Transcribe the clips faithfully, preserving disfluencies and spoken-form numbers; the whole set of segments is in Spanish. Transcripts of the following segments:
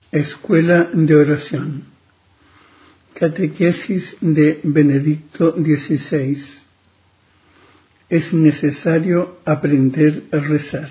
Escuela de Oración. Catequesis de Benedicto dieciséis. Es necesario aprender a rezar.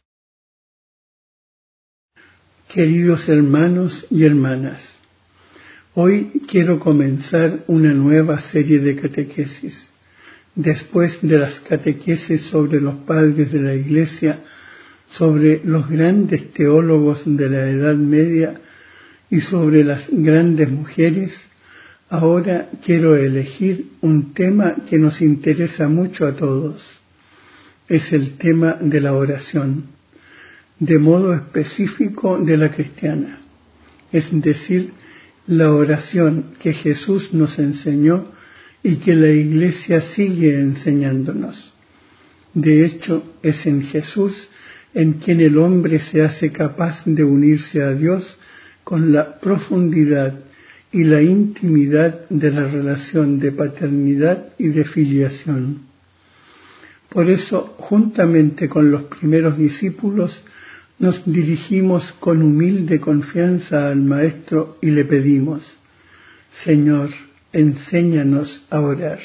Queridos hermanos y hermanas, hoy quiero comenzar una nueva serie de catequesis. Después de las catequesis sobre los padres de la Iglesia, sobre los grandes teólogos de la Edad Media y sobre las grandes mujeres, ahora quiero elegir un tema que nos interesa mucho a todos. Es el tema de la oración, de modo específico de la cristiana, es decir, la oración que Jesús nos enseñó y que la Iglesia sigue enseñándonos. De hecho, es en Jesús en quien el hombre se hace capaz de unirse a Dios con la profundidad y la intimidad de la relación de paternidad y de filiación. Por eso, juntamente con los primeros discípulos, nos dirigimos con humilde confianza al Maestro y le pedimos: Señor, enséñanos a orar.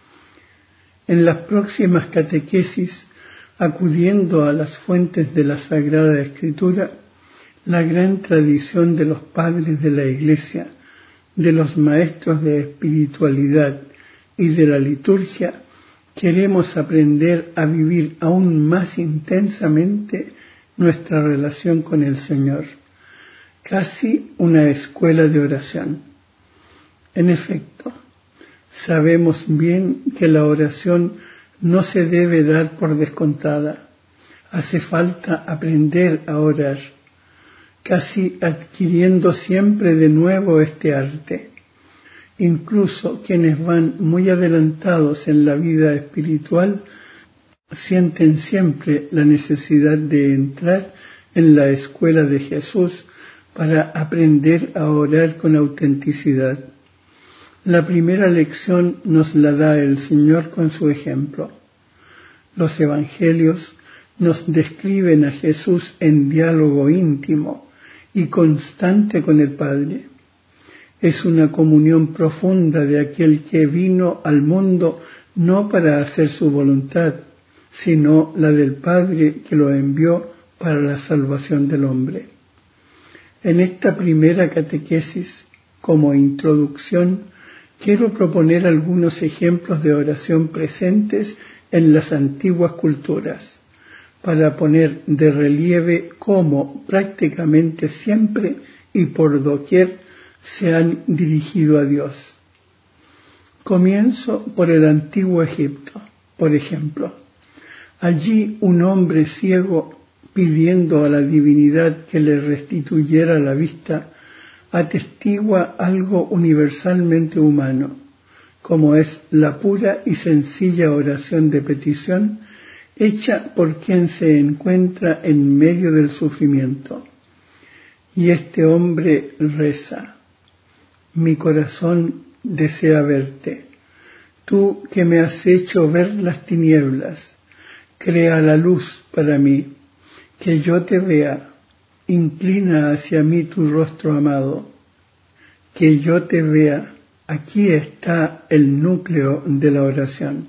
En las próximas catequesis, acudiendo a las fuentes de la Sagrada Escritura, la gran tradición de los padres de la Iglesia, de los maestros de espiritualidad y de la liturgia, queremos aprender a vivir aún más intensamente nuestra relación con el Señor, casi una escuela de oración. En efecto, sabemos bien que la oración no se debe dar por descontada. Hace falta aprender a orar, casi adquiriendo siempre de nuevo este arte. Incluso quienes van muy adelantados en la vida espiritual sienten siempre la necesidad de entrar en la escuela de Jesús para aprender a orar con autenticidad. La primera lección nos la da el Señor con su ejemplo. Los evangelios nos describen a Jesús en diálogo íntimo y constante con el Padre. Es una comunión profunda de aquel que vino al mundo no para hacer su voluntad, sino la del Padre que lo envió para la salvación del hombre. En esta primera catequesis, como introducción, quiero proponer algunos ejemplos de oración presentes en las antiguas culturas, para poner de relieve cómo prácticamente siempre y por doquier se han dirigido a Dios. Comienzo por el antiguo Egipto, por ejemplo. Allí un hombre ciego, pidiendo a la divinidad que le restituyera la vista, atestigua algo universalmente humano, como es la pura y sencilla oración de petición hecha por quien se encuentra en medio del sufrimiento. Y este hombre reza: mi corazón desea verte. Tú que me has hecho ver las tinieblas, crea la luz para mí, que yo te vea, inclina hacia mí tu rostro amado, que yo te vea. Aquí está el núcleo de la oración.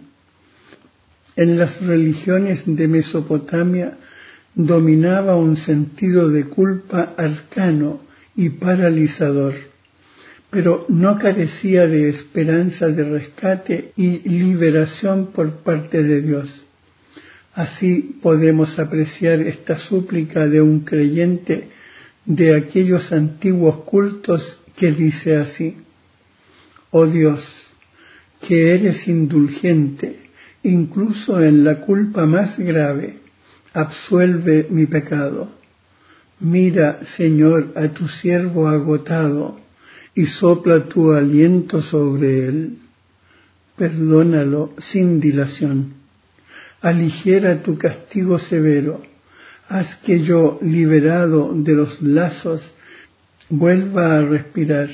En las religiones de Mesopotamia dominaba un sentido de culpa arcano y paralizador, pero no carecía de esperanza de rescate y liberación por parte de Dios. Así podemos apreciar esta súplica de un creyente de aquellos antiguos cultos que dice así: oh Dios, que eres indulgente, incluso en la culpa más grave, absuelve mi pecado. Mira, Señor, a tu siervo agotado, y sopla tu aliento sobre él. Perdónalo sin dilación. Aligera tu castigo severo. Haz que yo, liberado de los lazos, vuelva a respirar.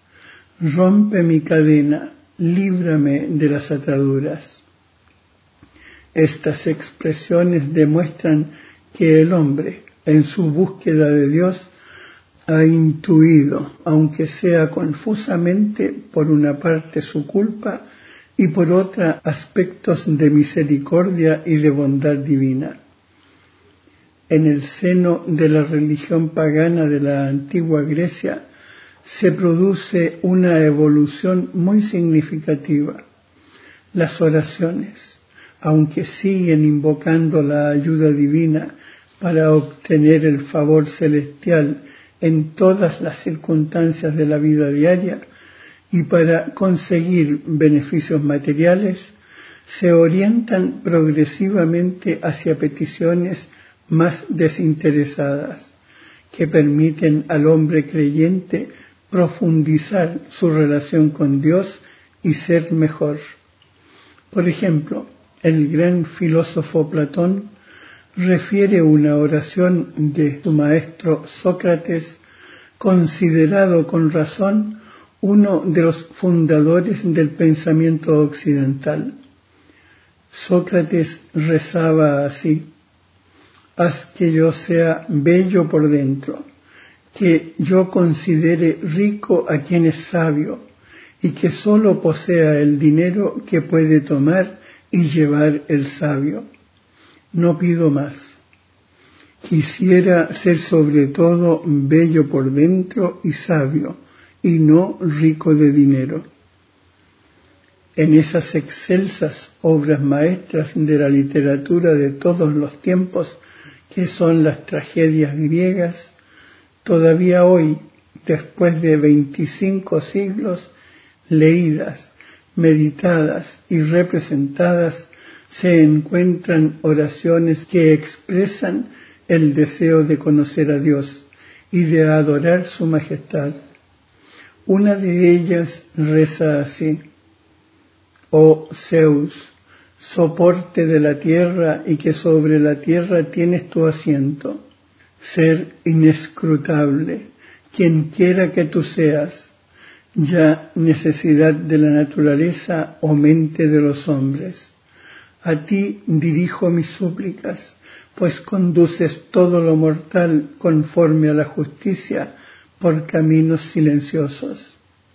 Rompe mi cadena, líbrame de las ataduras. Estas expresiones demuestran que el hombre, en su búsqueda de Dios, ha intuido, aunque sea confusamente, por una parte su culpa y por otra aspectos de misericordia y de bondad divina. En el seno de la religión pagana de la antigua Grecia se produce una evolución muy significativa. Las oraciones, aunque siguen invocando la ayuda divina para obtener el favor celestial en todas las circunstancias de la vida diaria y para conseguir beneficios materiales, se orientan progresivamente hacia peticiones más desinteresadas, que permiten al hombre creyente profundizar su relación con Dios y ser mejor. Por ejemplo, el gran filósofo Platón refiere una oración de su maestro Sócrates, considerado con razón uno de los fundadores del pensamiento occidental. Sócrates rezaba así: haz que yo sea bello por dentro, que yo considere rico a quien es sabio, y que sólo posea el dinero que puede tomar y llevar el sabio. No pido más. Quisiera ser sobre todo bello por dentro y sabio, y no rico de dinero. En esas excelsas obras maestras de la literatura de todos los tiempos, que son las tragedias griegas, todavía hoy, después de veinticinco siglos, leídas, meditadas y representadas, se encuentran oraciones que expresan el deseo de conocer a Dios y de adorar su majestad. Una de ellas reza así: oh Zeus, soporte de la tierra y que sobre la tierra tienes tu asiento, ser inescrutable, quien quiera que tú seas, ya necesidad de la naturaleza o mente de los hombres. A ti dirijo mis súplicas, pues conduces todo lo mortal conforme a la justicia por caminos silenciosos.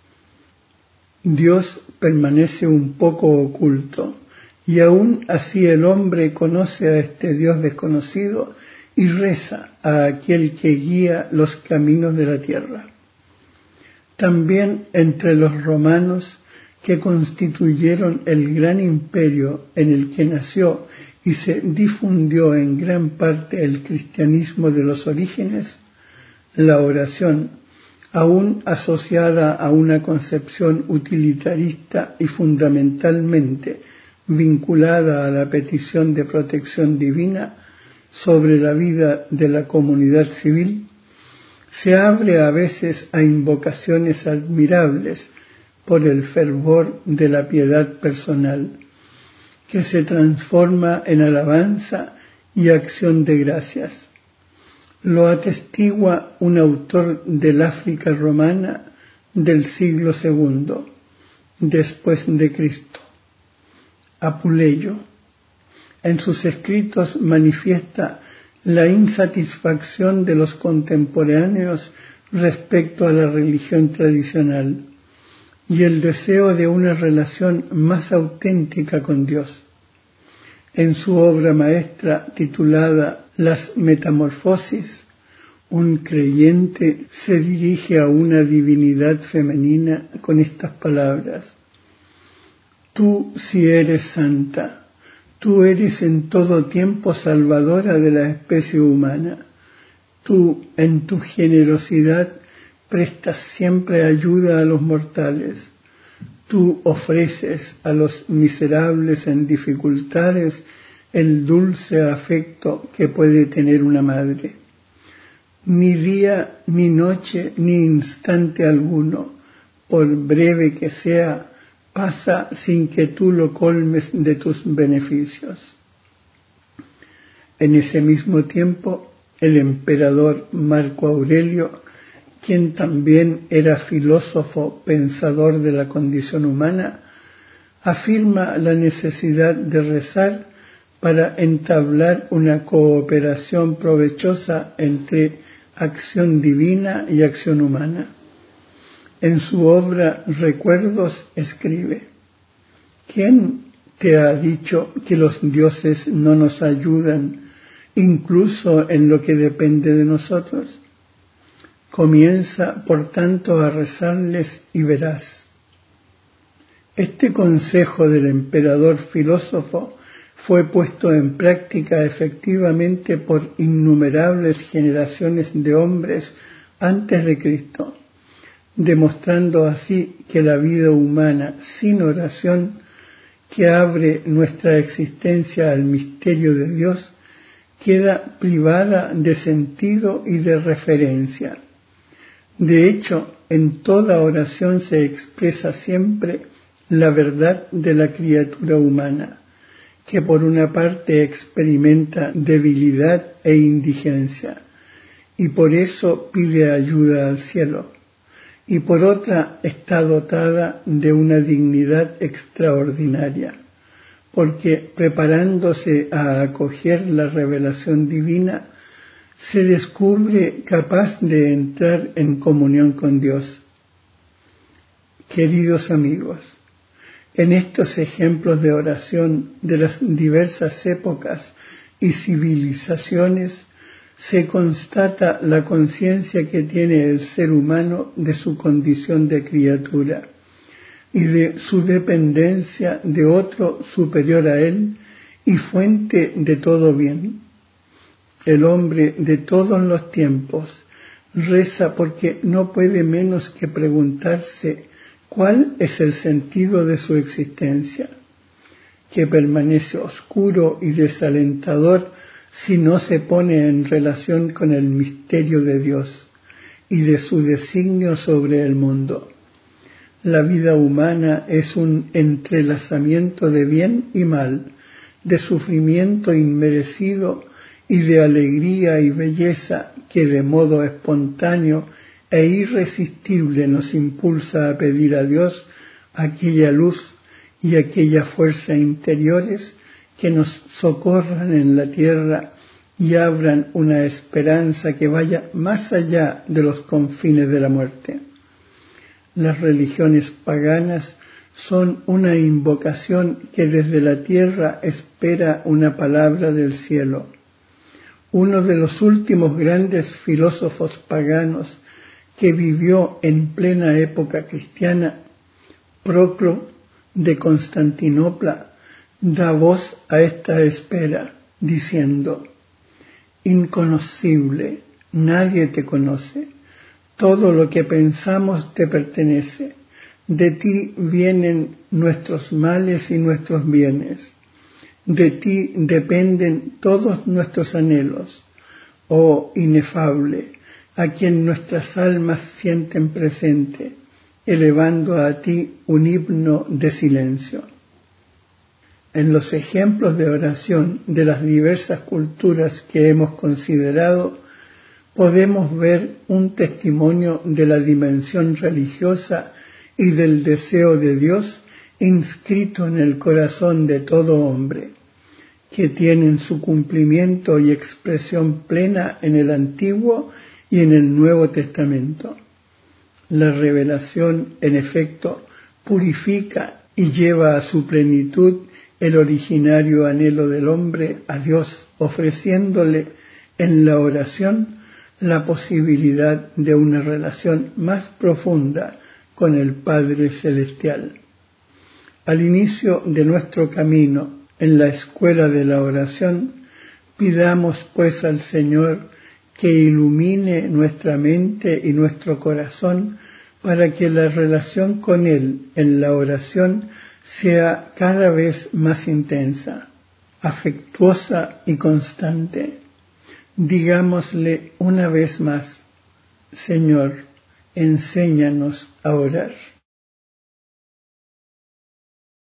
Dios permanece un poco oculto, y aún así el hombre conoce a este Dios desconocido y reza a aquel que guía los caminos de la tierra. También entre los romanos, que constituyeron el gran imperio en el que nació y se difundió en gran parte el cristianismo de los orígenes, la oración, aún asociada a una concepción utilitarista y fundamentalmente vinculada a la petición de protección divina sobre la vida de la comunidad civil, se abre a veces a invocaciones admirables por el fervor de la piedad personal, que se transforma en alabanza y acción de gracias. Lo atestigua un autor del África romana del siglo segundo, después de Cristo, Apuleyo. En sus escritos manifiesta la insatisfacción de los contemporáneos respecto a la religión tradicional y el deseo de una relación más auténtica con Dios. En su obra maestra titulada Las Metamorfosis, un creyente se dirige a una divinidad femenina con estas palabras: tú sí eres santa, tú eres en todo tiempo salvadora de la especie humana, tú en tu generosidad prestas siempre ayuda a los mortales, tú ofreces a los miserables en dificultades el dulce afecto que puede tener una madre. Ni día, ni noche, ni instante alguno, por breve que sea, pasa sin que tú lo colmes de tus beneficios. En ese mismo tiempo, el emperador Marco Aurelio, quien también era filósofo pensador de la condición humana, afirma la necesidad de rezar para entablar una cooperación provechosa entre acción divina y acción humana. En su obra Recuerdos escribe: ¿quién te ha dicho que los dioses no nos ayudan incluso en lo que depende de nosotros? Comienza, por tanto, a rezarles y verás. Este consejo del emperador filósofo fue puesto en práctica efectivamente por innumerables generaciones de hombres antes de Cristo, demostrando así que la vida humana sin oración, que abre nuestra existencia al misterio de Dios, queda privada de sentido y de referencia. De hecho, en toda oración se expresa siempre la verdad de la criatura humana, que por una parte experimenta debilidad e indigencia, y por eso pide ayuda al cielo, y por otra está dotada de una dignidad extraordinaria, porque preparándose a acoger la revelación divina, se descubre capaz de entrar en comunión con Dios. Queridos amigos, en estos ejemplos de oración de las diversas épocas y civilizaciones se constata la conciencia que tiene el ser humano de su condición de criatura y de su dependencia de otro superior a él y fuente de todo bien. El hombre de todos los tiempos reza porque no puede menos que preguntarse cuál es el sentido de su existencia, que permanece oscuro y desalentador si no se pone en relación con el misterio de Dios y de su designio sobre el mundo. La vida humana es un entrelazamiento de bien y mal, de sufrimiento inmerecido y de alegría y belleza que de modo espontáneo e irresistible nos impulsa a pedir a Dios aquella luz y aquella fuerza interiores que nos socorran en la tierra y abran una esperanza que vaya más allá de los confines de la muerte. Las religiones paganas son una invocación que desde la tierra espera una palabra del cielo. Uno de los últimos grandes filósofos paganos que vivió en plena época cristiana, Proclo de Constantinopla, da voz a esta espera, diciendo: inconocible, nadie te conoce, todo lo que pensamos te pertenece, de ti vienen nuestros males y nuestros bienes, de ti dependen todos nuestros anhelos, oh inefable, a quien nuestras almas sienten presente, elevando a ti un himno de silencio. En los ejemplos de oración de las diversas culturas que hemos considerado, podemos ver un testimonio de la dimensión religiosa y del deseo de Dios inscrito en el corazón de todo hombre, que tienen su cumplimiento y expresión plena en el Antiguo y en el Nuevo Testamento. La revelación, en efecto, purifica y lleva a su plenitud el originario anhelo del hombre a Dios, ofreciéndole en la oración la posibilidad de una relación más profunda con el Padre Celestial. Al inicio de nuestro camino en la escuela de la oración, pidamos pues al Señor que ilumine nuestra mente y nuestro corazón para que la relación con Él en la oración sea cada vez más intensa, afectuosa y constante. Digámosle una vez más: Señor, enséñanos a orar.